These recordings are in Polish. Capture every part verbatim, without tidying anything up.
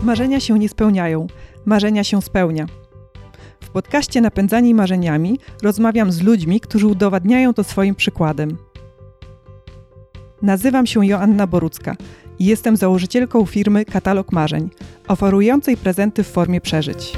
Marzenia się nie spełniają, marzenia się spełnia. W podcaście Napędzani marzeniami rozmawiam z ludźmi, którzy udowadniają to swoim przykładem. Nazywam się Joanna Borucka i jestem założycielką firmy Katalog Marzeń, oferującej prezenty w formie przeżyć.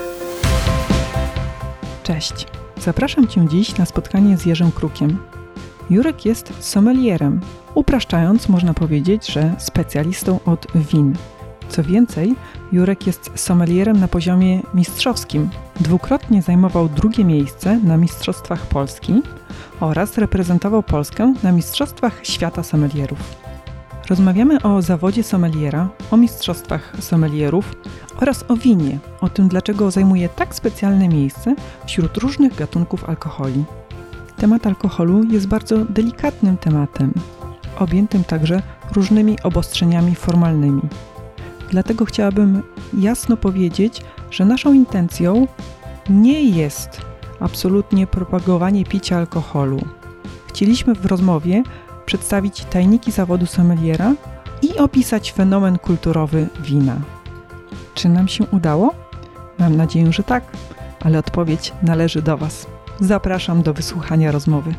Cześć, zapraszam Cię dziś na spotkanie z Jerzym Krukiem. Jurek jest sommelierem, upraszczając można powiedzieć, że specjalistą od win. Co więcej, Jurek jest sommelierem na poziomie mistrzowskim. Dwukrotnie zajmował drugie miejsce na Mistrzostwach Polski oraz reprezentował Polskę na Mistrzostwach Świata Sommelierów. Rozmawiamy o zawodzie sommeliera, o mistrzostwach sommelierów oraz o winie, o tym, dlaczego zajmuje tak specjalne miejsce wśród różnych gatunków alkoholi. Temat alkoholu jest bardzo delikatnym tematem, objętym także różnymi obostrzeniami formalnymi. Dlatego chciałabym jasno powiedzieć, że naszą intencją nie jest absolutnie propagowanie picia alkoholu. Chcieliśmy w rozmowie przedstawić tajniki zawodu sommeliera i opisać fenomen kulturowy wina. Czy nam się udało? Mam nadzieję, że tak, ale odpowiedź należy do Was. Zapraszam do wysłuchania rozmowy.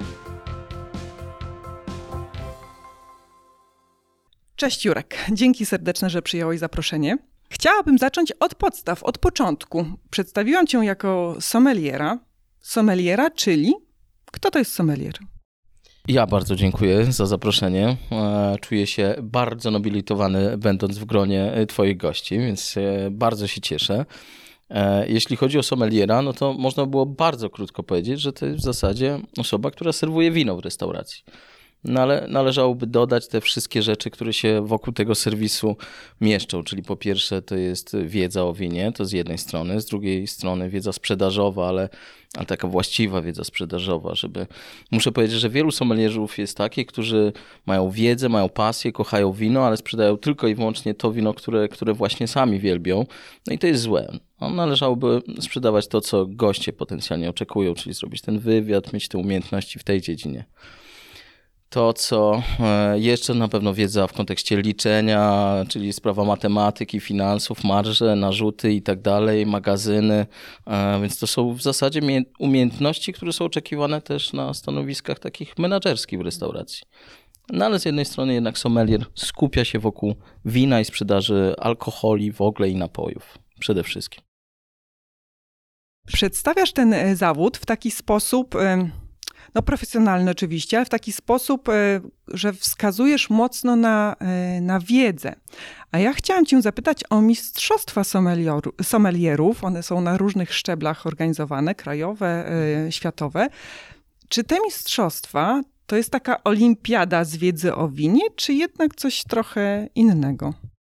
Cześć Jurek, dzięki serdeczne, że przyjąłeś zaproszenie. Chciałabym zacząć od podstaw, od początku. Przedstawiłam Cię jako sommeliera. Sommeliera, czyli kto to jest sommelier? Ja bardzo dziękuję za zaproszenie. Czuję się bardzo nobilitowany, będąc w gronie Twoich gości, więc bardzo się cieszę. Jeśli chodzi o sommeliera, no to można było bardzo krótko powiedzieć, że to jest w zasadzie osoba, która serwuje wino w restauracji. No ale należałoby dodać te wszystkie rzeczy, które się wokół tego serwisu mieszczą, czyli po pierwsze to jest wiedza o winie, to z jednej strony, z drugiej strony wiedza sprzedażowa, ale, ale taka właściwa wiedza sprzedażowa, żeby... Muszę powiedzieć, że wielu sommelierów jest takich, którzy mają wiedzę, mają pasję, kochają wino, ale sprzedają tylko i wyłącznie to wino, które, które właśnie sami wielbią, no i to jest złe. No, należałoby sprzedawać to, co goście potencjalnie oczekują, czyli zrobić ten wywiad, mieć te umiejętności w tej dziedzinie. To, co jeszcze na pewno wiedza w kontekście liczenia, czyli sprawa matematyki, finansów, marże, narzuty i tak dalej, magazyny, więc to są w zasadzie umiejętności, które są oczekiwane też na stanowiskach takich menadżerskich w restauracji. No ale z jednej strony jednak sommelier skupia się wokół wina i sprzedaży alkoholi w ogóle i napojów przede wszystkim. Przedstawiasz ten zawód w taki sposób... No profesjonalny oczywiście, ale w taki sposób, że wskazujesz mocno na, na wiedzę. A ja chciałam Cię zapytać o mistrzostwa sommelierów. One są na różnych szczeblach organizowane, krajowe, światowe. Czy te mistrzostwa to jest taka olimpiada z wiedzy o winie, czy jednak coś trochę innego?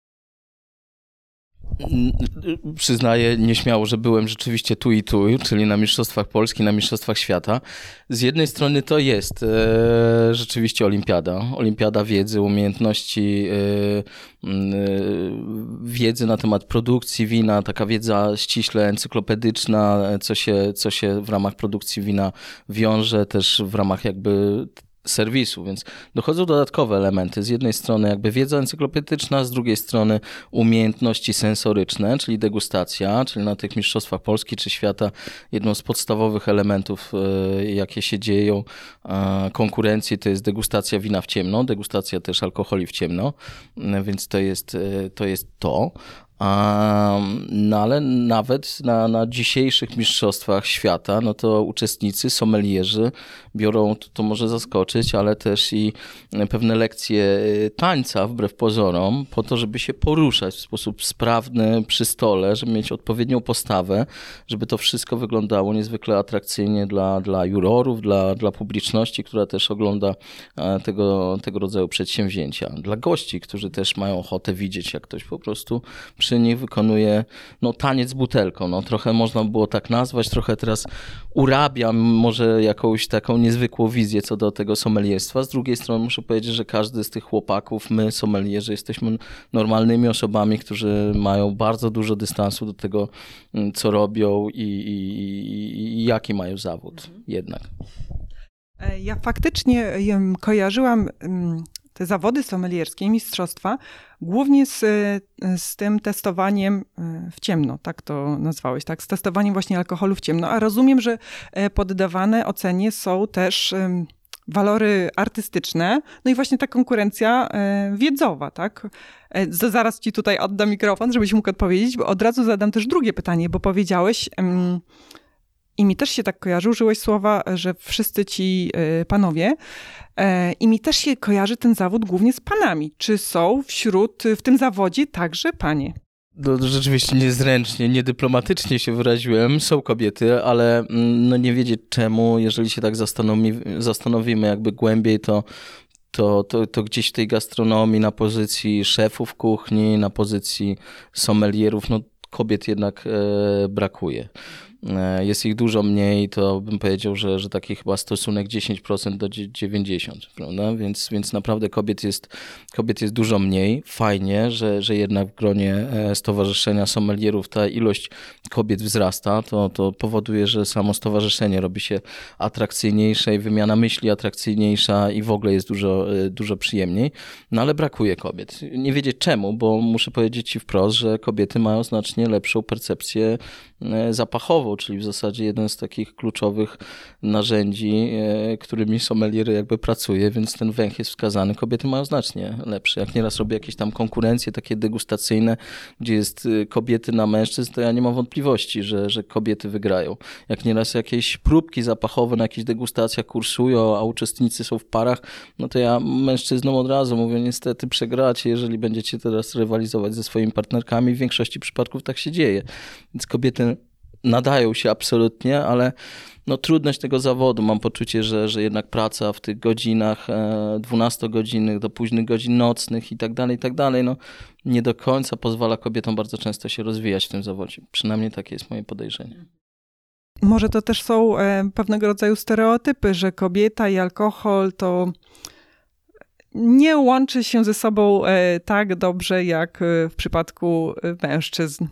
Przyznaję nieśmiało, że byłem rzeczywiście tu i tu, czyli na Mistrzostwach Polski, na Mistrzostwach Świata. Z jednej strony to jest e, rzeczywiście olimpiada. Olimpiada wiedzy, umiejętności, e, e, wiedzy na temat produkcji wina, taka wiedza ściśle encyklopedyczna, co się, co się w ramach produkcji wina wiąże, też w ramach jakby serwisu, więc dochodzą dodatkowe elementy. Z jednej strony jakby wiedza encyklopedyczna, z drugiej strony umiejętności sensoryczne, czyli degustacja, czyli na tych mistrzostwach Polski czy świata jedną z podstawowych elementów, jakie się dzieją konkurencji, to jest degustacja wina w ciemno, degustacja też alkoholi w ciemno, więc to jest to. Jest to. No ale nawet na, na dzisiejszych mistrzostwach świata, no to uczestnicy, sommelierzy biorą, to, to może zaskoczyć, ale też i pewne lekcje tańca wbrew pozorom, po to, żeby się poruszać w sposób sprawny przy stole, żeby mieć odpowiednią postawę, żeby to wszystko wyglądało niezwykle atrakcyjnie dla, dla jurorów, dla, dla publiczności, która też ogląda tego, tego rodzaju przedsięwzięcia. Dla gości, którzy też mają ochotę widzieć, jak ktoś po prostu przy nich wykonuje no, taniec butelką. No, trochę można było tak nazwać, trochę teraz urabiam może jakąś taką niezwykłą wizję co do tego sommelierstwa. Z drugiej strony muszę powiedzieć, że każdy z tych chłopaków, my sommelierzy, jesteśmy normalnymi osobami, którzy mają bardzo dużo dystansu do tego, co robią i, i, i jaki mają zawód jednak. Ja faktycznie kojarzyłam te zawody sommelierskie, mistrzostwa, głównie z, z tym testowaniem w ciemno, tak to nazwałeś, tak? Z testowaniem właśnie alkoholu w ciemno. A rozumiem, że poddawane ocenie są też walory artystyczne, no i właśnie ta konkurencja wiedzowa, tak? Zaraz ci tutaj oddam mikrofon, żebyś mógł odpowiedzieć, bo od razu zadam też drugie pytanie, bo powiedziałeś, i mi też się tak kojarzy, użyłeś słowa, że wszyscy ci panowie, i mi też się kojarzy ten zawód głównie z panami. Czy są wśród, w tym zawodzie także panie? No, rzeczywiście niezręcznie, niedyplomatycznie się wyraziłem. Są kobiety, ale no nie wiedzieć czemu, jeżeli się tak zastanowi, zastanowimy jakby głębiej, to, to, to, to gdzieś w tej gastronomii na pozycji szefów kuchni, na pozycji sommelierów, no kobiet jednak e, brakuje. Jest ich dużo mniej, to bym powiedział, że, że taki chyba stosunek dziesięć procent do dziewięćdziesiąt procent, prawda? Więc, więc naprawdę kobiet jest, kobiet jest dużo mniej. Fajnie, że, że jednak w gronie Stowarzyszenia Sommelierów ta ilość kobiet wzrasta. To, to powoduje, że samo stowarzyszenie robi się atrakcyjniejsze i wymiana myśli atrakcyjniejsza i w ogóle jest dużo, dużo przyjemniej. No ale brakuje kobiet. Nie wiedzieć czemu, bo muszę powiedzieć ci wprost, że kobiety mają znacznie lepszą percepcję zapachową, czyli w zasadzie jeden z takich kluczowych narzędzi, którymi sommelier jakby pracuje, więc ten węch jest wskazany. Kobiety mają znacznie lepszy. Jak nieraz robię jakieś tam konkurencje takie degustacyjne, gdzie jest kobiety na mężczyzn, to ja nie mam wątpliwości, że, że kobiety wygrają. Jak nieraz jakieś próbki zapachowe na jakichś degustacjach kursują, a uczestnicy są w parach, no to ja mężczyznom od razu mówię, niestety przegracie, jeżeli będziecie teraz rywalizować ze swoimi partnerkami. W większości przypadków tak się dzieje. Więc kobiety nadają się absolutnie, ale no, trudność tego zawodu. Mam poczucie, że, że jednak praca w tych godzinach dwunastogodzinnych do późnych godzin nocnych i tak dalej, i tak dalej, no nie do końca pozwala kobietom bardzo często się rozwijać w tym zawodzie. Przynajmniej takie jest moje podejrzenie. Może to też są e, pewnego rodzaju stereotypy, że kobieta i alkohol to nie łączy się ze sobą e, tak dobrze jak w przypadku mężczyzn.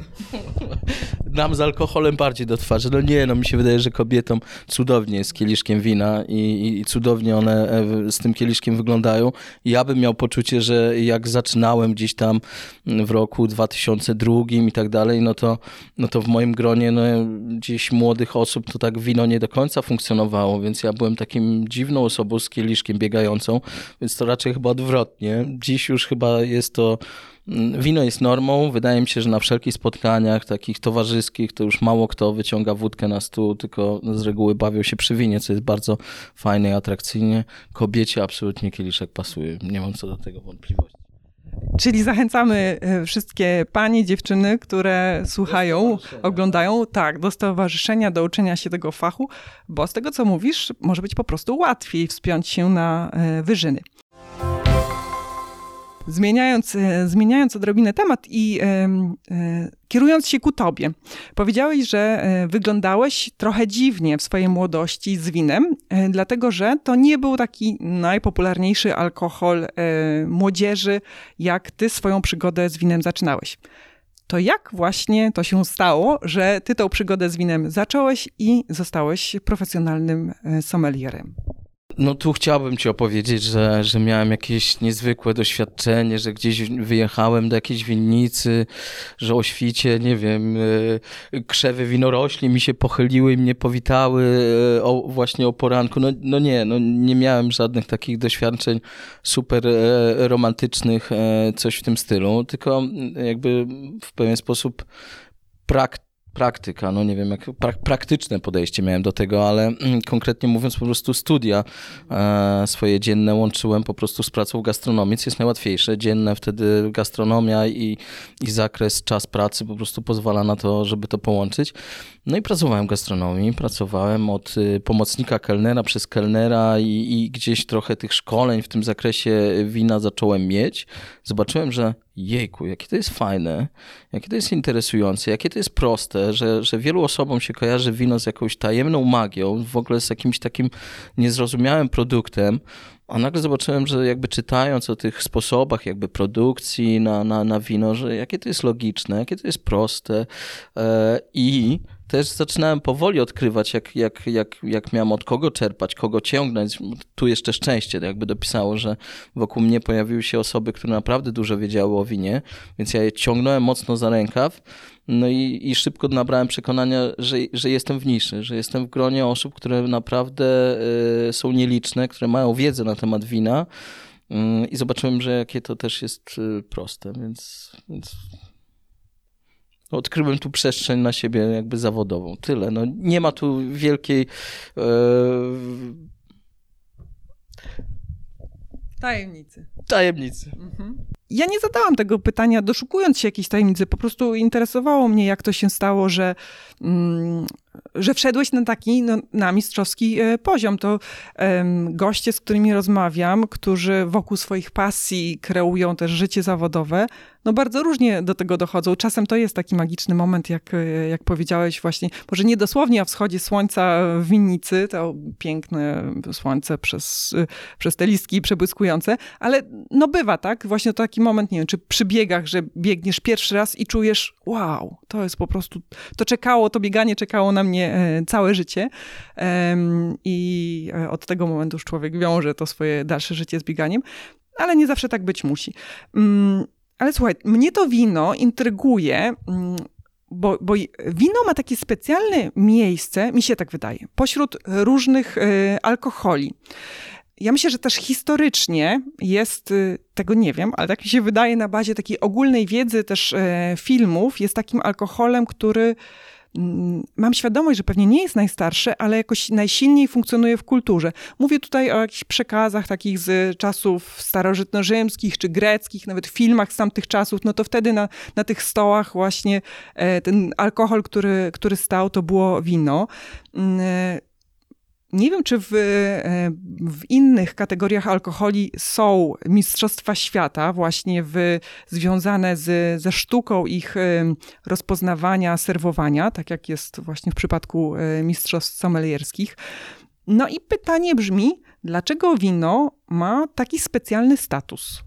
Nam z alkoholem bardziej do twarzy. No nie, no mi się wydaje, że kobietom cudownie jest kieliszkiem wina i, i cudownie one z tym kieliszkiem wyglądają. Ja bym miał poczucie, że jak zaczynałem gdzieś tam w roku dwa tysiące drugim i tak dalej, no to, no to w moim gronie no, gdzieś młodych osób to tak wino nie do końca funkcjonowało, więc ja byłem takim dziwną osobą z kieliszkiem biegającą, więc to raczej chyba odwrotnie. Dziś już chyba jest to wino jest normą. Wydaje mi się, że na wszelkich spotkaniach takich towarzyskich to już mało kto wyciąga wódkę na stół, tylko z reguły bawią się przy winie, co jest bardzo fajne i atrakcyjnie. Kobiecie absolutnie kieliszek pasuje. Nie mam co do tego wątpliwości. Czyli zachęcamy wszystkie panie, dziewczyny, które słuchają, oglądają, tak, do stowarzyszenia, do uczenia się tego fachu, bo z tego, co mówisz, może być po prostu łatwiej wspiąć się na wyżyny. Zmieniając, zmieniając odrobinę temat i e, e, kierując się ku tobie, powiedziałeś, że e, wyglądałeś trochę dziwnie w swojej młodości z winem, e, dlatego że to nie był taki najpopularniejszy alkohol e, młodzieży, jak ty swoją przygodę z winem zaczynałeś. To jak właśnie to się stało, że ty tą przygodę z winem zacząłeś i zostałeś profesjonalnym sommelierem? No tu chciałbym ci opowiedzieć, że, że miałem jakieś niezwykłe doświadczenie, że gdzieś wyjechałem do jakiejś winnicy, że o świcie, nie wiem, krzewy winorośli mi się pochyliły i mnie powitały o, właśnie o poranku. No, no nie, no nie miałem żadnych takich doświadczeń super romantycznych, coś w tym stylu, tylko jakby w pewien sposób praktycznie praktyka, no nie wiem, jak pra- praktyczne podejście miałem do tego, ale konkretnie mówiąc po prostu studia e, swoje dzienne łączyłem po prostu z pracą w gastronomii, co jest najłatwiejsze. Dzienne wtedy gastronomia i, i zakres, czas pracy po prostu pozwala na to, żeby to połączyć. No i pracowałem w gastronomii, pracowałem od y, pomocnika kelnera przez kelnera i, i gdzieś trochę tych szkoleń w tym zakresie wina zacząłem mieć. Zobaczyłem, że jejku, jakie to jest fajne, jakie to jest interesujące, jakie to jest proste, że, że wielu osobom się kojarzy wino z jakąś tajemną magią, w ogóle z jakimś takim niezrozumiałym produktem, a nagle zobaczyłem, że jakby czytając o tych sposobach jakby produkcji na, na, na wino, że jakie to jest logiczne, jakie to jest proste e, i też zaczynałem powoli odkrywać, jak, jak, jak, jak miałem od kogo czerpać, kogo ciągnąć. Tu jeszcze szczęście jakby dopisało, że wokół mnie pojawiły się osoby, które naprawdę dużo wiedziały o winie, więc ja je ciągnąłem mocno za rękaw. No i, i szybko nabrałem przekonania, że, że jestem w niszy, że jestem w gronie osób, które naprawdę y, są nieliczne, które mają wiedzę na temat wina y, i zobaczyłem, że jakie to też jest y, proste, więc, więc odkryłem tu przestrzeń na siebie jakby zawodową. Tyle. No, nie ma tu wielkiej... Y, Tajemnicy. Tajemnicy. Mhm. Ja nie zadałam tego pytania doszukując się jakiejś tajemnicy, po prostu interesowało mnie, jak to się stało, że, mm, że wszedłeś na taki, no, na mistrzowski e, poziom. To e, goście, z którymi rozmawiam, którzy wokół swoich pasji kreują też życie zawodowe, no bardzo różnie do tego dochodzą. Czasem to jest taki magiczny moment, jak, jak powiedziałeś właśnie, może nie dosłownie o wschodzie słońca w winnicy, to piękne słońce przez, przez te listki przebłyskujące, ale no bywa, tak? Właśnie to taki moment, nie wiem, czy przy biegach, że biegniesz pierwszy raz i czujesz, wow, to jest po prostu, to czekało, to bieganie czekało na mnie całe życie i od tego momentu już człowiek wiąże to swoje dalsze życie z bieganiem, ale nie zawsze tak być musi. Ale słuchaj, mnie to wino intryguje, bo, bo wino ma takie specjalne miejsce, mi się tak wydaje, pośród różnych y, alkoholi. Ja myślę, że też historycznie jest, y, tego nie wiem, ale tak mi się wydaje na bazie takiej ogólnej wiedzy też y, filmów, jest takim alkoholem, który mam świadomość, że pewnie nie jest najstarszy, ale jakoś najsilniej funkcjonuje w kulturze. Mówię tutaj o jakichś przekazach takich z czasów starożytnorzymskich czy greckich, nawet filmach z tamtych czasów, no to wtedy na, na tych stołach właśnie ten alkohol, który, który stał, to było wino. Nie wiem, czy w, w innych kategoriach alkoholi są mistrzostwa świata właśnie w, związane z, ze sztuką ich rozpoznawania, serwowania, tak jak jest właśnie w przypadku mistrzostw sommelierskich. No i pytanie brzmi, dlaczego wino ma taki specjalny status?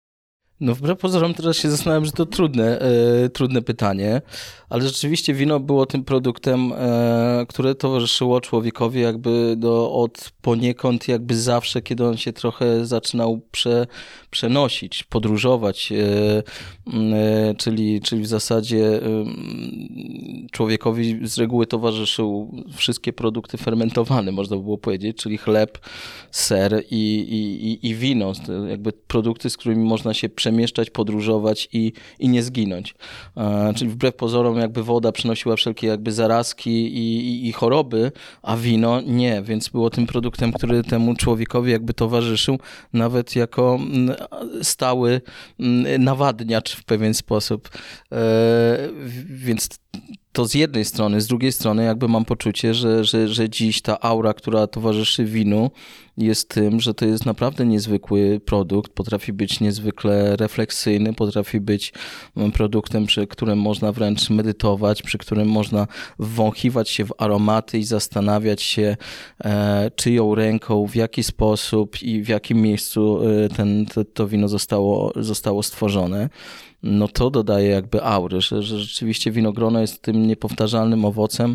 No wbrew pozorom teraz się zastanawiam, że to trudne, e, trudne pytanie, ale rzeczywiście wino było tym produktem, e, które towarzyszyło człowiekowi jakby do, od poniekąd jakby zawsze, kiedy on się trochę zaczynał prze, przenosić, podróżować, e, e, czyli, czyli w zasadzie e, człowiekowi z reguły towarzyszył wszystkie produkty fermentowane, można by było powiedzieć, czyli chleb, ser i, i, i wino, jakby produkty, z którymi można się przemieszczać, podróżować i, i nie zginąć. E, czyli wbrew pozorom jakby woda przynosiła wszelkie jakby zarazki i, i, i choroby, a wino nie, więc było tym produktem, który temu człowiekowi jakby towarzyszył, nawet jako stały nawadniacz w pewien sposób. E, więc to z jednej strony, z drugiej strony jakby mam poczucie, że, że, że dziś ta aura, która towarzyszy winu, jest tym, że to jest naprawdę niezwykły produkt, potrafi być niezwykle refleksyjny, potrafi być produktem, przy którym można wręcz medytować, przy którym można wwąchiwać się w aromaty i zastanawiać się, e, czyją ręką, w jaki sposób i w jakim miejscu ten, to, to wino zostało, zostało stworzone. No to dodaje jakby aury, że, że rzeczywiście winogrono jest tym niepowtarzalnym owocem,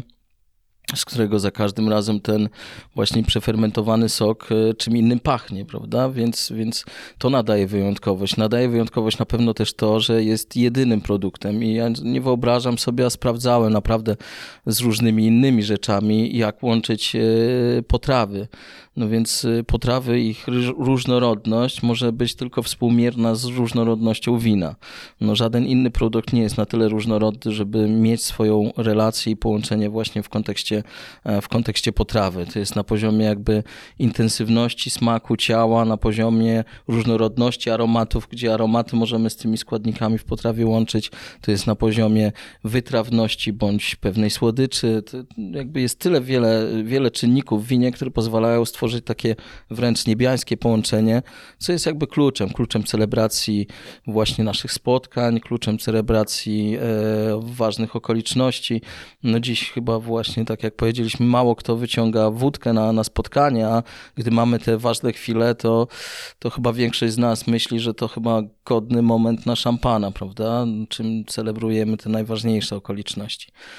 z którego za każdym razem ten właśnie przefermentowany sok czym innym pachnie, prawda? Więc, więc to nadaje wyjątkowość. Nadaje wyjątkowość na pewno też to, że jest jedynym produktem i ja nie wyobrażam sobie, a sprawdzałem naprawdę z różnymi innymi rzeczami, jak łączyć potrawy. No więc potrawy, ich różnorodność może być tylko współmierna z różnorodnością wina. No żaden inny produkt nie jest na tyle różnorodny, żeby mieć swoją relację i połączenie właśnie w kontekście, w kontekście potrawy. To jest na poziomie jakby intensywności smaku ciała, na poziomie różnorodności aromatów, gdzie aromaty możemy z tymi składnikami w potrawie łączyć. To jest na poziomie wytrawności bądź pewnej słodyczy. To jakby jest tyle wiele, wiele czynników w winie, które pozwalają stworzyć takie wręcz niebiańskie połączenie, co jest jakby kluczem, kluczem celebracji właśnie naszych spotkań, kluczem celebracji e, ważnych okoliczności. No dziś chyba właśnie, tak jak powiedzieliśmy, mało kto wyciąga wódkę na, na spotkania, a gdy mamy te ważne chwile, to, to chyba większość z nas myśli, że to chyba godny moment na szampana, prawda? Czym celebrujemy te najważniejsze okoliczności.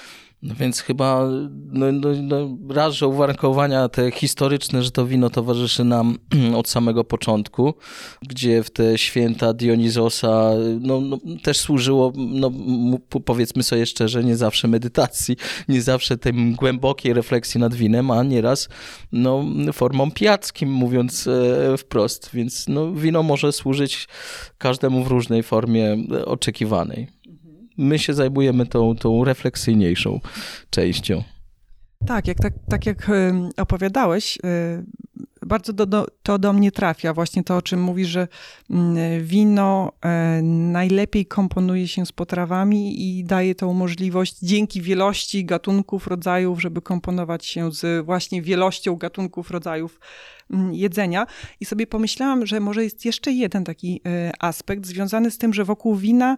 No więc chyba no, no, no, raz, że uwarunkowania te historyczne, że to wino towarzyszy nam od samego początku, gdzie w te święta Dionizosa no, no, też służyło, no, powiedzmy sobie szczerze, nie zawsze medytacji, nie zawsze tej głębokiej refleksji nad winem, a nieraz no, formą pijackim, mówiąc e, wprost. Więc no, wino może służyć każdemu w różnej formie oczekiwanej. My się zajmujemy tą, tą refleksyjniejszą częścią. Tak, jak, tak, tak jak opowiadałeś, bardzo do, do, to do mnie trafia. Właśnie to, o czym mówisz, że wino najlepiej komponuje się z potrawami i daje tą możliwość dzięki wielości gatunków, rodzajów, żeby komponować się z właśnie wielością gatunków, rodzajów jedzenia. I sobie pomyślałam, że może jest jeszcze jeden taki aspekt związany z tym, że wokół wina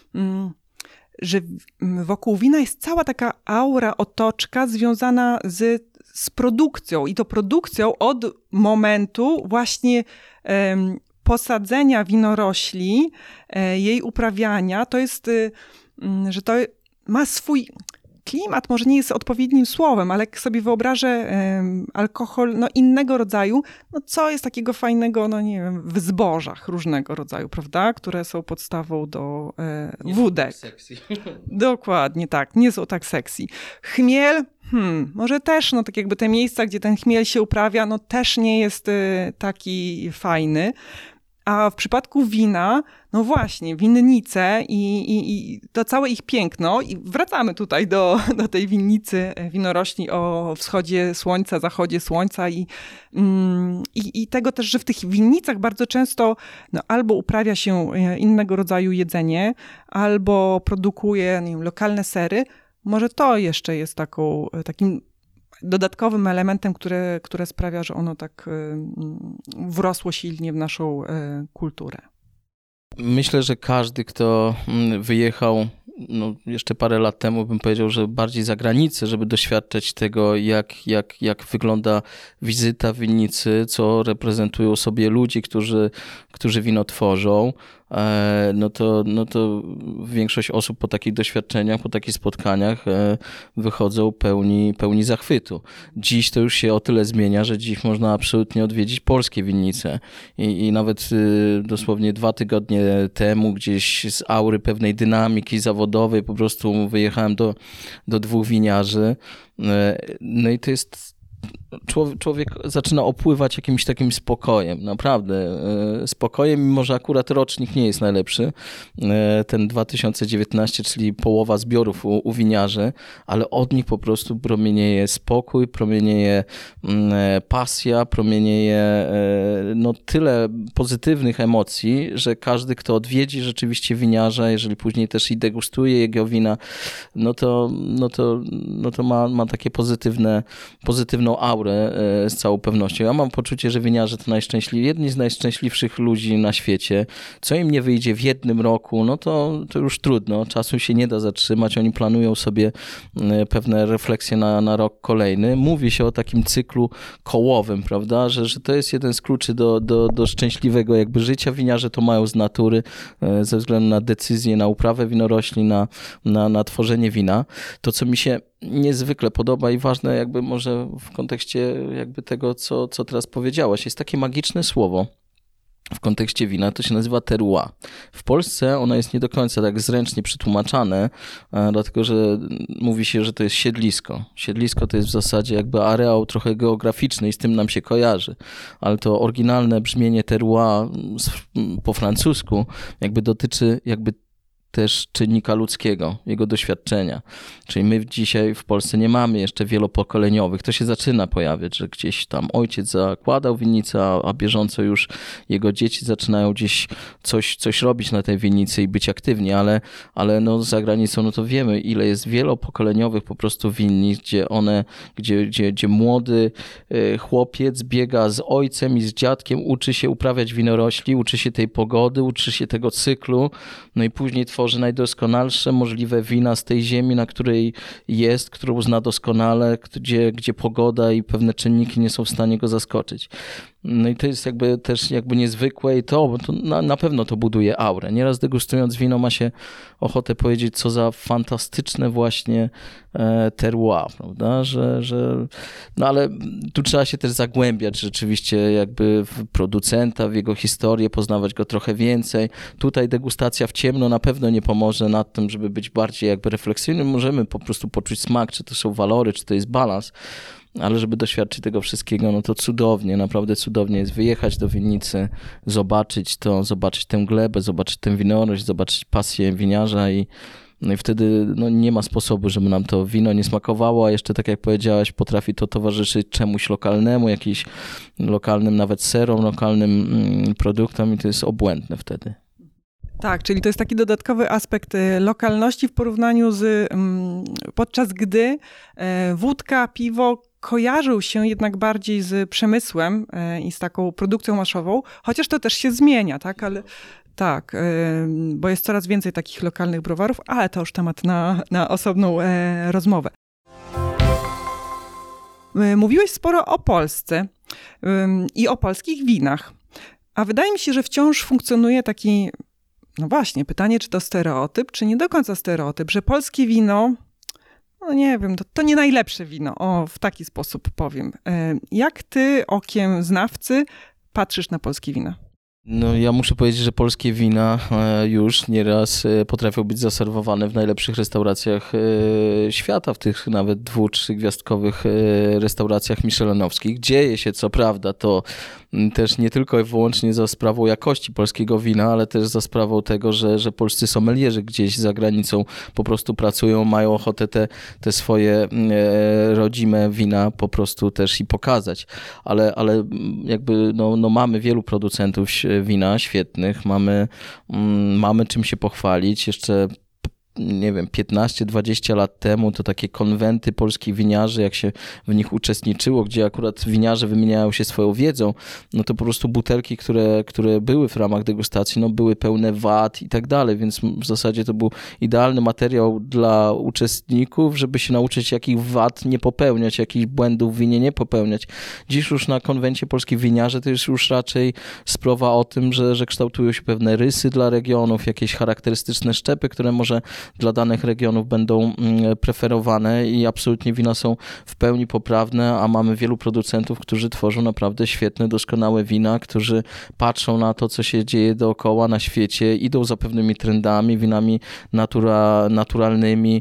że wokół wina jest cała taka aura, otoczka związana z, z produkcją. I to produkcją od momentu właśnie um, posadzenia winorośli, e, jej uprawiania. To jest, y, y, że to ma swój klimat, może nie jest odpowiednim słowem, ale jak sobie wyobrażę um, alkohol no, innego rodzaju, no co jest takiego fajnego, no nie wiem, w zbożach różnego rodzaju, prawda? Które są podstawą do e, wódek. Nie są tak sexy. Dokładnie tak, nie są tak sexy. Chmiel, hmm, może też, no tak jakby te miejsca, gdzie ten chmiel się uprawia, no też nie jest e, taki fajny. A w przypadku wina, no właśnie, winnice i, i, i to całe ich piękno. I wracamy tutaj do, do tej winnicy winorośli o wschodzie słońca, zachodzie słońca i, mm, i, i tego też, że w tych winnicach bardzo często no, albo uprawia się innego rodzaju jedzenie, albo produkuje nie wiem, lokalne sery. Może to jeszcze jest taką, takim dodatkowym elementem, które, które sprawia, że ono tak wrosło silnie w naszą kulturę. Myślę, że każdy, kto wyjechał no, jeszcze parę lat temu, bym powiedział, że bardziej za granicę, żeby doświadczać tego, jak, jak, jak wygląda wizyta w winnicy, co reprezentują sobie ludzie, którzy, którzy wino tworzą, no to, no to większość osób po takich doświadczeniach, po takich spotkaniach wychodzą pełni, pełni zachwytu. Dziś to już się o tyle zmienia, że dziś można absolutnie odwiedzić polskie winnice i, i nawet dosłownie dwa tygodnie temu gdzieś z aury pewnej dynamiki zawodowej po prostu wyjechałem do, do dwóch winiarzy. No i to jest Człowiek zaczyna opływać jakimś takim spokojem, naprawdę spokojem, mimo że akurat rocznik nie jest najlepszy, ten dwa tysiące dziewiętnasty, czyli połowa zbiorów u, u winiarzy, ale od nich po prostu promienieje spokój, promienieje pasja, promienieje no, tyle pozytywnych emocji, że każdy, kto odwiedzi rzeczywiście winiarza, jeżeli później też i degustuje jego wina, no to, no to, no to ma, ma takie pozytywne, pozytywną aurę z całą pewnością. Ja mam poczucie, że winiarze to najszczęśliwsi, jedni z najszczęśliwszych ludzi na świecie. Co im nie wyjdzie w jednym roku, no to, to już trudno. Czasu się nie da zatrzymać. Oni planują sobie pewne refleksje na, na rok kolejny. Mówi się o takim cyklu kołowym, prawda, że, że to jest jeden z kluczy do, do, do szczęśliwego jakby życia. Winiarze to mają z natury, ze względu na decyzję, na uprawę winorośli, na, na, na tworzenie wina. To, co mi się niezwykle podoba i ważne jakby może w kontekście jakby tego, co, co teraz powiedziałaś. Jest takie magiczne słowo w kontekście wina, to się nazywa terroir. W Polsce ono jest nie do końca tak zręcznie przetłumaczane, dlatego że mówi się, że to jest siedlisko. Siedlisko to jest w zasadzie jakby areał trochę geograficzny i z tym nam się kojarzy, ale to oryginalne brzmienie terroir po francusku jakby dotyczy jakby też czynnika ludzkiego, jego doświadczenia. Czyli my dzisiaj w Polsce nie mamy jeszcze wielopokoleniowych. To się zaczyna pojawiać, że gdzieś tam ojciec zakładał winnicę, a bieżąco już jego dzieci zaczynają gdzieś coś, coś robić na tej winnicy i być aktywni, ale, ale no za granicą no to wiemy, ile jest wielopokoleniowych po prostu winnic, gdzie one, gdzie, gdzie, gdzie młody chłopiec biega z ojcem i z dziadkiem, uczy się uprawiać winorośli, uczy się tej pogody, uczy się tego cyklu, no i później tworzy tworzy najdoskonalsze możliwe wina z tej ziemi, na której jest, którą zna doskonale, gdzie, gdzie pogoda i pewne czynniki nie są w stanie go zaskoczyć. No i to jest jakby też jakby niezwykłe i to, bo to na, na pewno to buduje aurę. Nieraz degustując wino ma się ochotę powiedzieć, co za fantastyczne właśnie e, terroir, prawda, że, że no ale tu trzeba się też zagłębiać rzeczywiście jakby w producenta, w jego historię, poznawać go trochę więcej. Tutaj degustacja w ciemno na pewno nie pomoże nad tym, żeby być bardziej jakby refleksyjnym. Możemy po prostu poczuć smak, czy to są walory, czy to jest balans. Ale żeby doświadczyć tego wszystkiego, no to cudownie, naprawdę cudownie jest wyjechać do winnicy, zobaczyć to, zobaczyć tę glebę, zobaczyć tę winorość, zobaczyć pasję winiarza i, no i wtedy no, nie ma sposobu, żeby nam to wino nie smakowało, a jeszcze tak jak powiedziałaś, potrafi to towarzyszyć czemuś lokalnemu, jakimś lokalnym nawet serom, lokalnym mm, produktom i to jest obłędne wtedy. Tak, czyli to jest taki dodatkowy aspekt lokalności w porównaniu z, podczas gdy wódka, piwo kojarzył się jednak bardziej z przemysłem i z taką produkcją maszową, chociaż to też się zmienia, tak, ale tak, bo jest coraz więcej takich lokalnych browarów, ale to już temat na, na osobną rozmowę. Mówiłeś sporo o Polsce i o polskich winach, a wydaje mi się, że wciąż funkcjonuje taki, no właśnie, pytanie, czy to stereotyp, czy nie do końca stereotyp, że polskie wino, no nie wiem, to, to nie najlepsze wino, o, w taki sposób powiem. Jak ty okiem znawcy patrzysz na polskie wina? No ja muszę powiedzieć, że polskie wina już nieraz potrafią być zaserwowane w najlepszych restauracjach świata, w tych nawet dwu-, trzygwiazdkowych restauracjach michelinowskich. Dzieje się, co prawda, to też nie tylko i wyłącznie za sprawą jakości polskiego wina, ale też za sprawą tego, że, że polscy sommelierzy gdzieś za granicą po prostu pracują, mają ochotę te, te swoje rodzime wina po prostu też i pokazać. Ale, ale jakby no, no mamy wielu producentów wina świetnych, mamy, mamy czym się pochwalić. Jeszcze nie wiem, piętnaście dwadzieścia lat temu to takie konwenty polskich winiarzy, jak się w nich uczestniczyło, gdzie akurat winiarze wymieniają się swoją wiedzą, no to po prostu butelki, które, które były w ramach degustacji, no były pełne wad i tak dalej, więc w zasadzie to był idealny materiał dla uczestników, żeby się nauczyć, jakich wad nie popełniać, jakich błędów w winie nie popełniać. Dziś już na konwencie polskich winiarzy to jest już raczej sprawa o tym, że, że kształtują się pewne rysy dla regionów, jakieś charakterystyczne szczepy, które może dla danych regionów będą preferowane i absolutnie wina są w pełni poprawne, a mamy wielu producentów, którzy tworzą naprawdę świetne, doskonałe wina, którzy patrzą na to, co się dzieje dookoła na świecie, idą za pewnymi trendami, winami natura, naturalnymi,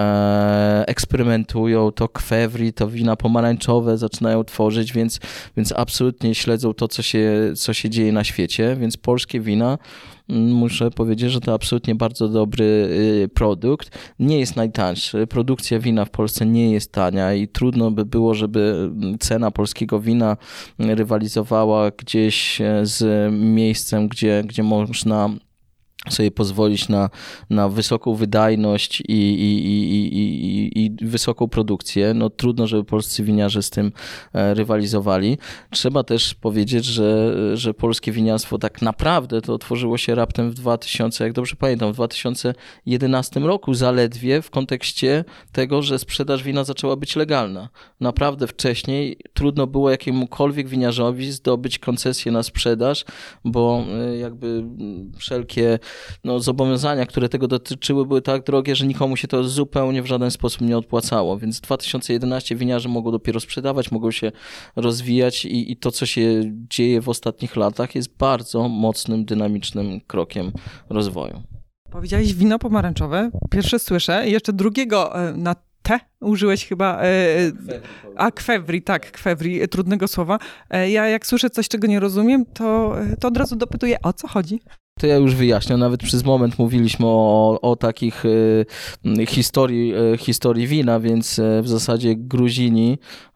e, eksperymentują, to kwewri, to wina pomarańczowe zaczynają tworzyć, więc, więc absolutnie śledzą to, co się, co się dzieje na świecie, więc polskie wina, muszę powiedzieć, że to absolutnie bardzo dobry produkt. Nie jest najtańszy. Produkcja wina w Polsce nie jest tania i trudno by było, żeby cena polskiego wina rywalizowała gdzieś z miejscem, gdzie, gdzie można sobie pozwolić na, na wysoką wydajność i, i, i, i, i wysoką produkcję. No trudno, żeby polscy winiarze z tym rywalizowali. Trzeba też powiedzieć, że, że polskie winiarstwo tak naprawdę to otworzyło się raptem w dwa tysiące, jak dobrze pamiętam, w dwa tysiące jedenastym roku zaledwie w kontekście tego, że sprzedaż wina zaczęła być legalna. Naprawdę wcześniej trudno było jakiemukolwiek winiarzowi zdobyć koncesję na sprzedaż, bo jakby wszelkie no, zobowiązania, które tego dotyczyły, były tak drogie, że nikomu się to zupełnie w żaden sposób nie opłacało. Więc w dwa tysiące jedenastym winiarze mogą dopiero sprzedawać, mogą się rozwijać i, i to, co się dzieje w ostatnich latach, jest bardzo mocnym, dynamicznym krokiem rozwoju. Powiedziałeś wino pomarańczowe. Pierwsze słyszę. Jeszcze drugiego na T użyłeś chyba, e, a kwewri, tak, kwewri, trudnego słowa. E, ja jak słyszę coś, czego nie rozumiem, to, to od razu dopytuję, o co chodzi? To ja już wyjaśniam, nawet przez moment mówiliśmy o, o takich y, historii, y, historii wina, więc w zasadzie Gruzini y,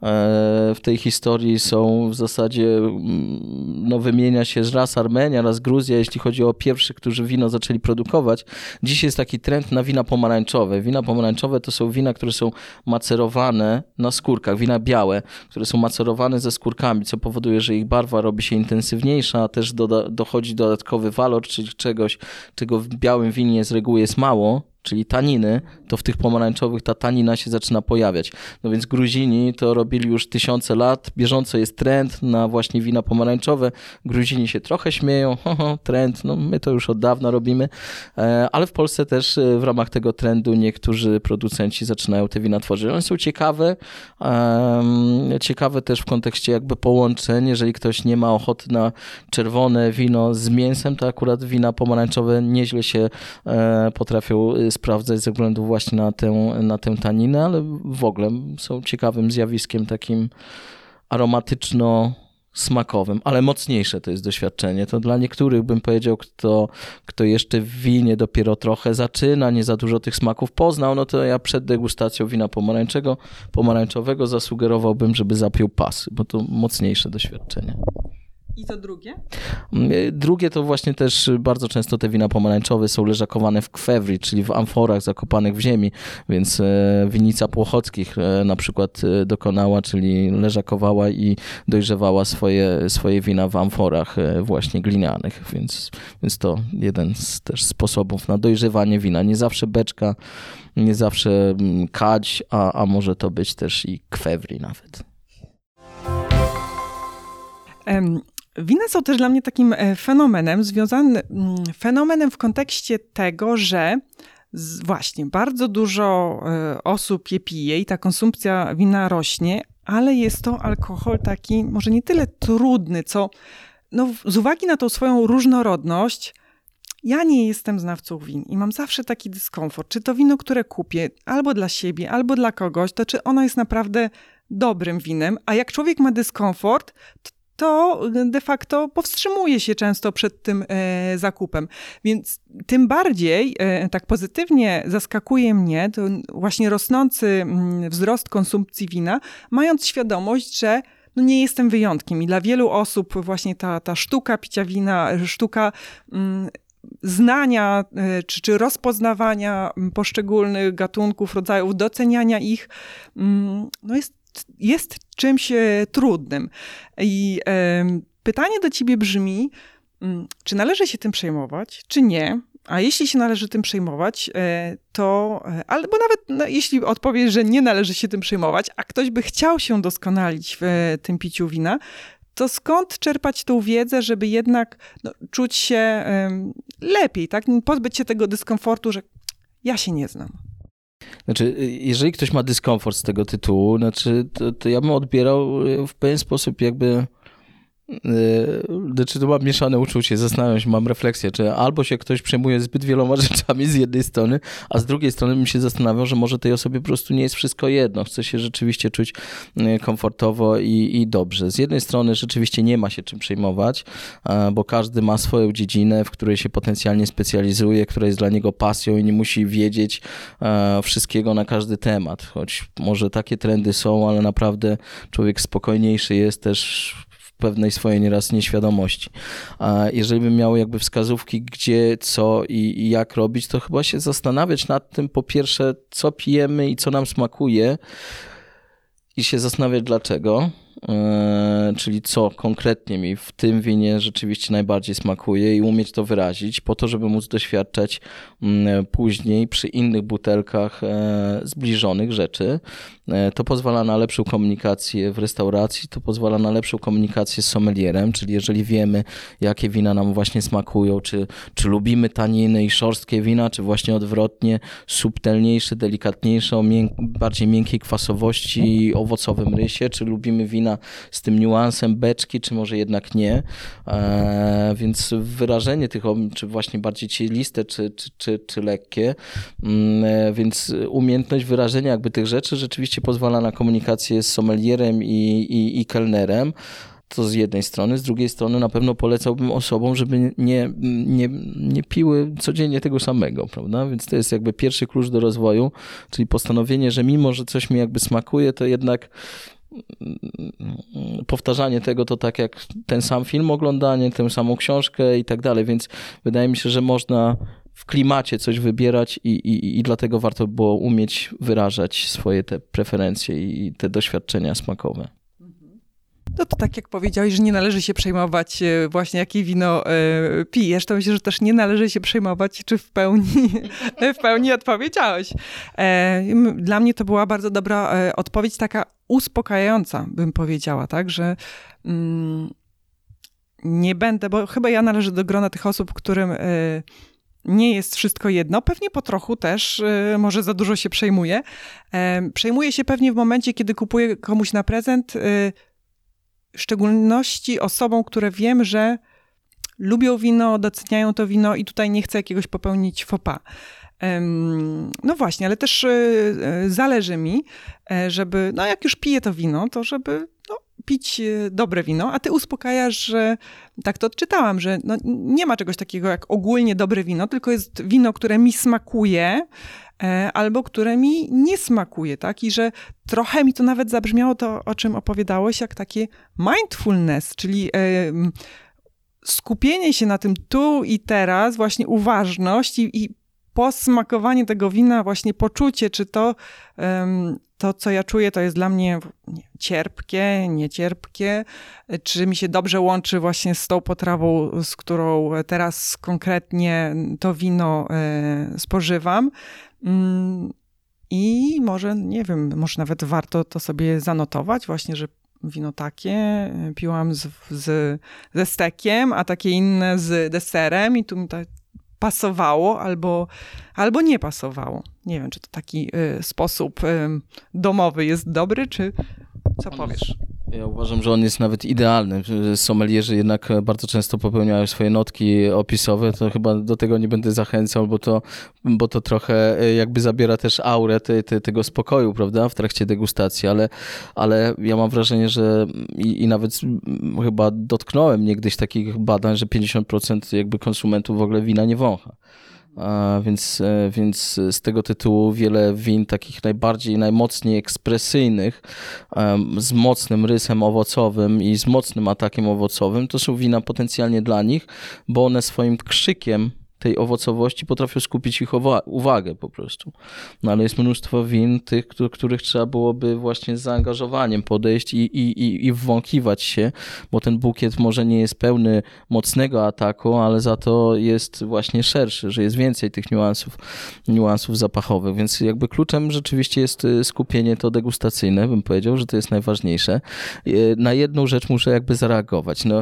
w tej historii są w zasadzie, no wymienia się raz Armenia, raz Gruzja, jeśli chodzi o pierwszych, którzy wino zaczęli produkować. Dziś jest taki trend na wina pomarańczowe. Wina pomarańczowe to są wina, które są macerowane na skórkach, wina białe, które są macerowane ze skórkami, co powoduje, że ich barwa robi się intensywniejsza, a też doda- dochodzi dodatkowy walor, czyli czegoś, czego w białym winie z reguły jest mało, czyli taniny, to w tych pomarańczowych ta tanina się zaczyna pojawiać. No więc Gruzini to robili już tysiące lat, bieżąco jest trend na właśnie wina pomarańczowe. Gruzini się trochę śmieją, ho, ho, trend, no my to już od dawna robimy, ale w Polsce też w ramach tego trendu niektórzy producenci zaczynają te wina tworzyć. One są ciekawe, ciekawe też w kontekście jakby połączeń. Jeżeli ktoś nie ma ochoty na czerwone wino z mięsem, to akurat wina pomarańczowe nieźle się potrafią sprawdzać ze względu właśnie na tę, na tę taninę, ale w ogóle są ciekawym zjawiskiem takim aromatyczno-smakowym, ale mocniejsze to jest doświadczenie. To dla niektórych bym powiedział, kto, kto jeszcze w winie dopiero trochę zaczyna, nie za dużo tych smaków poznał, no to ja przed degustacją wina pomarańczego, pomarańczowego zasugerowałbym, żeby zapiął pasy, bo to mocniejsze doświadczenie. I to drugie? Drugie to właśnie też bardzo często te wina pomarańczowe są leżakowane w kwewri, czyli w amforach zakopanych w ziemi, więc winnica Płochockich na przykład dokonała, czyli leżakowała i dojrzewała swoje, swoje wina w amforach właśnie glinianych, więc, więc to jeden z też sposobów na dojrzewanie wina. Nie zawsze beczka, nie zawsze kadź, a, a może to być też i kwewri nawet. Um. Wina są też dla mnie takim fenomenem, związanym fenomenem w kontekście tego, że właśnie bardzo dużo osób je pije i ta konsumpcja wina rośnie, ale jest to alkohol taki może nie tyle trudny, co no, z uwagi na tą swoją różnorodność, ja nie jestem znawcą win i mam zawsze taki dyskomfort, czy to wino, które kupię albo dla siebie, albo dla kogoś, to czy ono jest naprawdę dobrym winem, a jak człowiek ma dyskomfort, to to de facto powstrzymuje się często przed tym e, zakupem. Więc tym bardziej e, tak pozytywnie zaskakuje mnie to właśnie rosnący m, wzrost konsumpcji wina, mając świadomość, że no nie jestem wyjątkiem i dla wielu osób właśnie ta, ta sztuka picia wina, sztuka m, znania e, czy, czy rozpoznawania poszczególnych gatunków, rodzajów, doceniania ich, m, no jest jest czymś trudnym. I e, pytanie do ciebie brzmi, czy należy się tym przejmować, czy nie? A jeśli się należy tym przejmować, e, to, albo nawet no, jeśli odpowiesz, że nie należy się tym przejmować, a ktoś by chciał się doskonalić w e, tym piciu wina, to skąd czerpać tą wiedzę, żeby jednak no, czuć się e, lepiej, tak? Pozbyć się tego dyskomfortu, że ja się nie znam. Znaczy, jeżeli ktoś ma dyskomfort z tego tytułu, znaczy, to, to ja bym odbierał w pewien sposób jakby, znaczy to mam mieszane uczucie, zastanawiam się, mam refleksję, czy albo się ktoś przejmuje zbyt wieloma rzeczami z jednej strony, a z drugiej strony bym się zastanawiał, że może tej osobie po prostu nie jest wszystko jedno, chce się rzeczywiście czuć komfortowo i, i dobrze. Z jednej strony rzeczywiście nie ma się czym przejmować, bo każdy ma swoją dziedzinę, w której się potencjalnie specjalizuje, która jest dla niego pasją i nie musi wiedzieć wszystkiego na każdy temat, choć może takie trendy są, ale naprawdę człowiek spokojniejszy jest też pewnej swojej nieraz nieświadomości. A jeżeli bym miał jakby wskazówki, gdzie, co i, i jak robić, to chyba się zastanawiać nad tym, po pierwsze, co pijemy i co nam smakuje i się zastanawiać dlaczego, e, czyli co konkretnie mi w tym winie rzeczywiście najbardziej smakuje i umieć to wyrazić po to, żeby móc doświadczać m, później przy innych butelkach e, zbliżonych rzeczy. To pozwala na lepszą komunikację w restauracji, to pozwala na lepszą komunikację z sommelierem, czyli jeżeli wiemy, jakie wina nam właśnie smakują, czy, czy lubimy taniny i szorstkie wina, czy właśnie odwrotnie, subtelniejsze, delikatniejsze, o mięk- bardziej miękkiej kwasowości i owocowym rysie, czy lubimy wina z tym niuansem beczki, czy może jednak nie. E, więc wyrażenie tych, czy właśnie bardziej cieliste, czy, czy, czy, czy lekkie, e, więc umiejętność wyrażenia jakby tych rzeczy rzeczywiście pozwala na komunikację z sommelierem i, i, i kelnerem. To z jednej strony. Z drugiej strony na pewno polecałbym osobom, żeby nie, nie, nie piły codziennie tego samego, prawda? Więc to jest jakby pierwszy klucz do rozwoju, czyli postanowienie, że mimo, że coś mi jakby smakuje, to jednak powtarzanie tego to tak jak ten sam film, oglądanie, tę samą książkę i tak dalej, więc wydaje mi się, że można w klimacie coś wybierać i, i, i dlatego warto było umieć wyrażać swoje te preferencje i te doświadczenia smakowe. No to tak jak powiedziałeś, że nie należy się przejmować właśnie jakie wino pijesz, to myślę, że też nie należy się przejmować, czy w pełni, w pełni odpowiedziałeś. Dla mnie to była bardzo dobra odpowiedź, taka uspokajająca, bym powiedziała, tak, że mm, nie będę, bo chyba ja należę do grona tych osób, którym nie jest wszystko jedno. Pewnie po trochu też, może za dużo się przejmuję. Przejmuję się pewnie w momencie, kiedy kupuję komuś na prezent, w szczególności osobom, które wiem, że lubią wino, doceniają to wino i tutaj nie chcę jakiegoś popełnić faux pas. No właśnie, ale też zależy mi, żeby, no jak już piję to wino, to żeby no, pić dobre wino, a ty uspokajasz, że tak to odczytałam, że no, nie ma czegoś takiego jak ogólnie dobre wino, tylko jest wino, które mi smakuje, albo które mi nie smakuje, tak? I że trochę mi to nawet zabrzmiało to, o czym opowiadałeś, jak takie mindfulness, czyli skupienie się na tym tu i teraz, właśnie uważność i, i posmakowanie tego wina, właśnie poczucie, czy to, to, co ja czuję, to jest dla mnie cierpkie, niecierpkie, czy mi się dobrze łączy właśnie z tą potrawą, z którą teraz konkretnie to wino spożywam. I może, nie wiem, może nawet warto to sobie zanotować, właśnie, że wino takie piłam z, z, ze stekiem, a takie inne z deserem i tu mi to pasowało albo, albo nie pasowało. Nie wiem, czy to taki y, sposób y, domowy jest dobry, czy co powiesz? Ja uważam, że on jest nawet idealny. Sommelierzy jednak bardzo często popełniają swoje notki opisowe, to chyba do tego nie będę zachęcał, bo to, bo to trochę jakby zabiera też aurę te, te, tego spokoju, prawda, w trakcie degustacji, ale, ale ja mam wrażenie, że i, i nawet chyba dotknąłem niegdyś takich badań, że pięćdziesiąt procent jakby konsumentów w ogóle wina nie wącha. A więc, więc z tego tytułu wiele win takich najbardziej, najmocniej ekspresyjnych, um, z mocnym rysem owocowym i z mocnym atakiem owocowym, to są wina potencjalnie dla nich, bo one swoim krzykiem tej owocowości potrafią skupić ich uwagę po prostu. No ale jest mnóstwo win, tych, których trzeba byłoby właśnie z zaangażowaniem podejść i, i, i, i wwąkiwać się, bo ten bukiet może nie jest pełny mocnego ataku, ale za to jest właśnie szerszy, że jest więcej tych niuansów, niuansów zapachowych, więc jakby kluczem rzeczywiście jest skupienie to degustacyjne, bym powiedział, że to jest najważniejsze. Na jedną rzecz muszę jakby zareagować. No,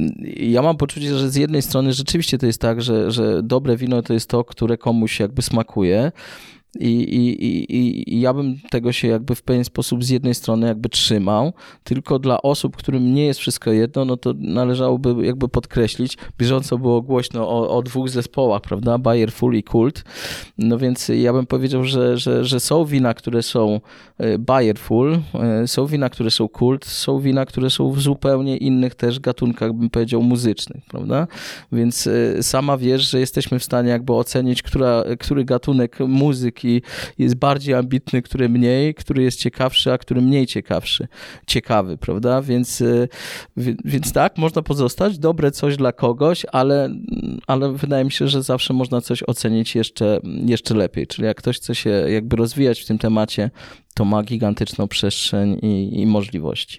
ja mam poczucie, że z jednej strony rzeczywiście to jest tak, że, że dobre wino to jest to, które komuś jakby smakuje i, i, i, i ja bym tego się jakby w pewien sposób z jednej strony jakby trzymał, tylko dla osób, którym nie jest wszystko jedno, no to należałoby jakby podkreślić, bieżąco było głośno o, o dwóch zespołach, prawda, Bayerful i Kult, no więc ja bym powiedział, że, że, że są wina, które są Bayerful, są wina, które są Kult, są wina, które są w zupełnie innych też gatunkach, bym powiedział, muzycznych, prawda, więc sama wiesz, że jesteśmy w stanie jakby ocenić, która, który gatunek muzyki jest bardziej ambitny, który mniej, który jest ciekawszy, a który mniej ciekawszy, ciekawy, prawda? Więc, więc tak, można pozostać, dobre coś dla kogoś, ale, ale wydaje mi się, że zawsze można coś ocenić jeszcze, jeszcze lepiej. Czyli jak ktoś chce się jakby rozwijać w tym temacie, to ma gigantyczną przestrzeń i, i możliwości.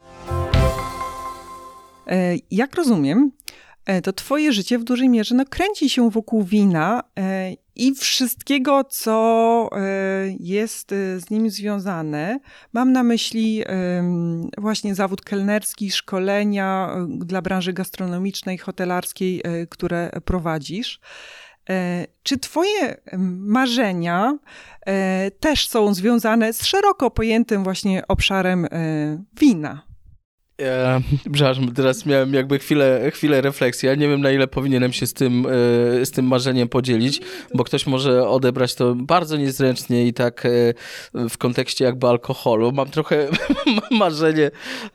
Jak rozumiem, to twoje życie w dużej mierze no, kręci się wokół wina i wszystkiego, co jest z nim związane. Mam na myśli właśnie zawód kelnerski, szkolenia dla branży gastronomicznej, hotelarskiej, które prowadzisz. Czy twoje marzenia też są związane z szeroko pojętym właśnie obszarem wina? Ja, przepraszam, teraz miałem jakby chwilę, chwilę refleksji. Ja nie wiem, na ile powinienem się z tym, z tym marzeniem podzielić, bo ktoś może odebrać to bardzo niezręcznie i tak w kontekście jakby alkoholu. Mam trochę marzenie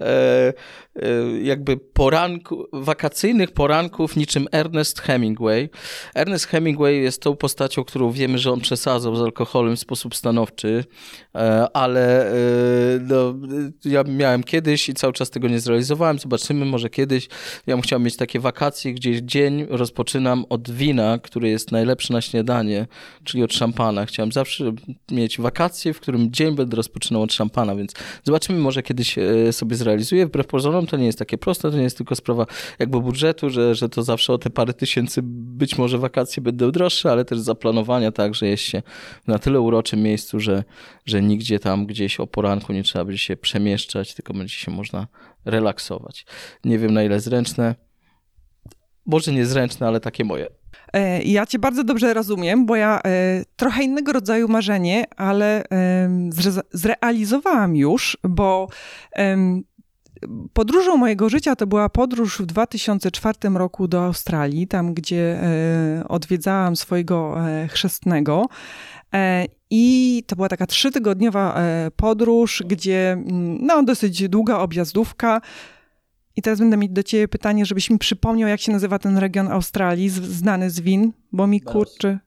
jakby poranku, wakacyjnych poranków niczym Ernest Hemingway. Ernest Hemingway jest tą postacią, którą wiemy, że on przesadzał z alkoholem w sposób stanowczy, ale no, ja miałem kiedyś i cały czas tego nie nie zrealizowałem. Zobaczymy, może kiedyś. Ja bym chciał mieć takie wakacje, gdzie dzień rozpoczynam od wina, który jest najlepszy na śniadanie, czyli od szampana. Chciałem zawsze mieć wakacje, w którym dzień będę rozpoczynał od szampana, więc zobaczymy, może kiedyś sobie zrealizuję. Wbrew pozorom to nie jest takie proste, to nie jest tylko sprawa jakby budżetu, że, że to zawsze o te parę tysięcy być może wakacje będą droższe, ale też zaplanowania tak, że jest się na tyle uroczym miejscu, że, że nigdzie tam gdzieś o poranku nie trzeba będzie się przemieszczać, tylko będzie się można relaksować. Nie wiem, na ile zręczne, może niezręczne, ale takie moje. Ja cię bardzo dobrze rozumiem, bo ja e, trochę innego rodzaju marzenie, ale e, zre, zrealizowałam już, bo e, podróżą mojego życia to była podróż w dwa tysiące czwartym roku do Australii, tam gdzie e, odwiedzałam swojego e, chrzestnego. E, I to była taka trzytygodniowa e, podróż, gdzie no, dosyć długa objazdówka. I teraz będę mieć do ciebie pytanie, żebyś mi przypomniał, jak się nazywa ten region Australii, z, znany z win, bo mi kurczy...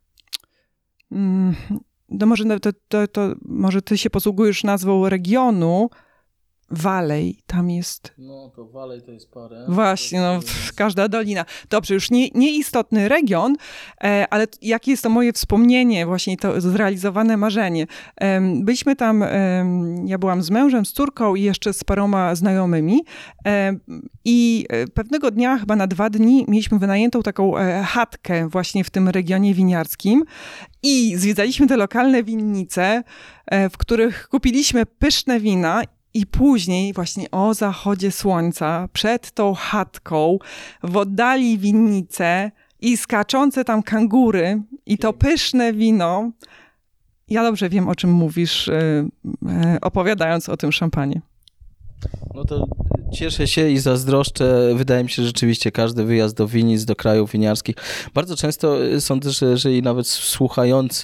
Mm, to, może, to, to, to może ty się posługujesz nazwą regionu, Valley, tam jest... No to Valley to jest parę. Właśnie, no każda dolina. Dobrze, już nie, nieistotny region, e, ale jakie jest to moje wspomnienie, właśnie to zrealizowane marzenie. E, byliśmy tam, e, ja byłam z mężem, z córką i jeszcze z paroma znajomymi e, i pewnego dnia, chyba na dwa dni, mieliśmy wynajętą taką e, chatkę właśnie w tym regionie winiarskim i zwiedzaliśmy te lokalne winnice, e, w których kupiliśmy pyszne wina. I później właśnie o zachodzie słońca, przed tą chatką, w oddali winnice i skaczące tam kangury i to pyszne wino. Ja dobrze wiem, o czym mówisz, opowiadając o tym szampanie. No to cieszę się i zazdroszczę. Wydaje mi się, że rzeczywiście każdy wyjazd do winic, do krajów winiarskich. Bardzo często sądzę, że, że i nawet słuchający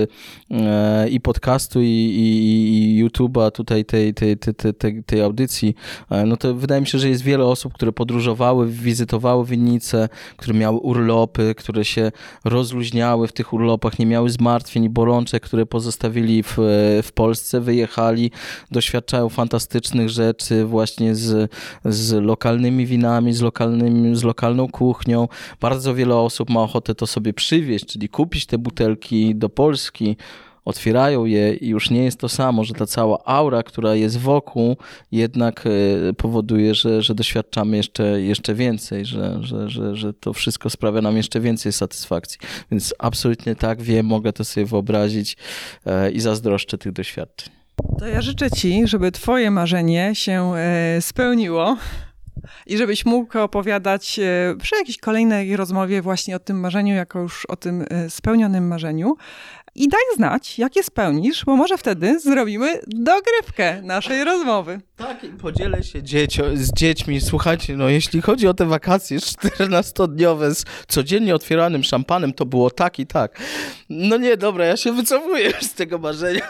i podcastu, i, i, i YouTube'a tutaj tej, tej, tej, tej, tej audycji, no to wydaje mi się, że jest wiele osób, które podróżowały, wizytowały winnice, które miały urlopy, które się rozluźniały w tych urlopach, nie miały zmartwień i bolączek, które pozostawili w, w Polsce, wyjechali, doświadczają fantastycznych rzeczy właśnie z, z lokalnymi winami, z, lokalnym, z lokalną kuchnią. Bardzo wiele osób ma ochotę to sobie przywieźć, czyli kupić te butelki do Polski, otwierają je i już nie jest to samo, że ta cała aura, która jest wokół, jednak powoduje, że, że doświadczamy jeszcze, jeszcze więcej, że, że, że, że to wszystko sprawia nam jeszcze więcej satysfakcji. Więc absolutnie tak, wiem, mogę to sobie wyobrazić i zazdroszczę tych doświadczeń. To ja życzę ci, żeby twoje marzenie się e, spełniło i żebyś mógł opowiadać e, przy jakiejś kolejnej rozmowie właśnie o tym marzeniu, jako już o tym e, spełnionym marzeniu. I daj znać, jak je spełnisz, bo może wtedy zrobimy dogrywkę naszej rozmowy. Tak, i podzielę się dziecio, z dziećmi. Słuchajcie, no jeśli chodzi o te wakacje czternastodniowe z codziennie otwieranym szampanem, to było tak i tak. No nie, dobra, ja się wycofuję z tego marzenia.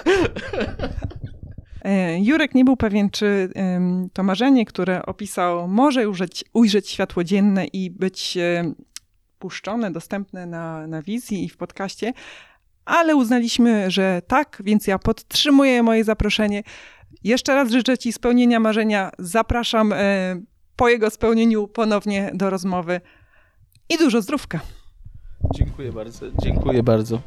Jurek nie był pewien, czy to marzenie, które opisał, może ujrzeć, ujrzeć światło dzienne i być puszczone, dostępne na, na wizji i w podcaście, ale uznaliśmy, że tak, więc ja podtrzymuję moje zaproszenie. Jeszcze raz życzę ci spełnienia marzenia. Zapraszam po jego spełnieniu ponownie do rozmowy i dużo zdrówka. Dziękuję bardzo, dziękuję bardzo.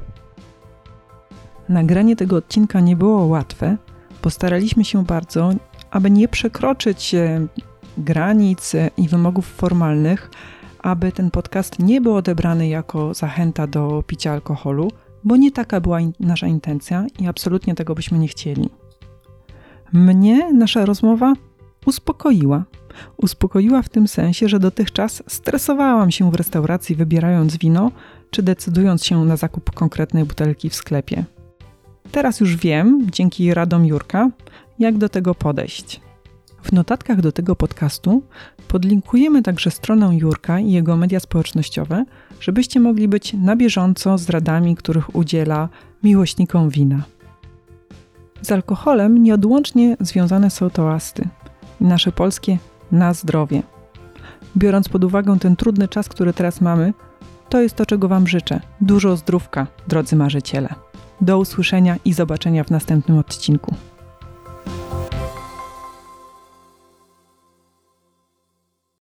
Nagranie tego odcinka nie było łatwe. Postaraliśmy się bardzo, aby nie przekroczyć granic i wymogów formalnych, aby ten podcast nie był odebrany jako zachęta do picia alkoholu, bo nie taka była in- nasza intencja i absolutnie tego byśmy nie chcieli. Mnie nasza rozmowa uspokoiła. Uspokoiła w tym sensie, że dotychczas stresowałam się w restauracji wybierając wino, czy decydując się na zakup konkretnej butelki w sklepie. Teraz już wiem, dzięki radom Jurka, jak do tego podejść. W notatkach do tego podcastu podlinkujemy także stronę Jurka i jego media społecznościowe, żebyście mogli być na bieżąco z radami, których udziela miłośnikom wina. Z alkoholem nieodłącznie związane są toasty i nasze polskie na zdrowie. Biorąc pod uwagę ten trudny czas, który teraz mamy, to jest to, czego wam życzę. Dużo zdrówka, drodzy marzyciele. Do usłyszenia i zobaczenia w następnym odcinku.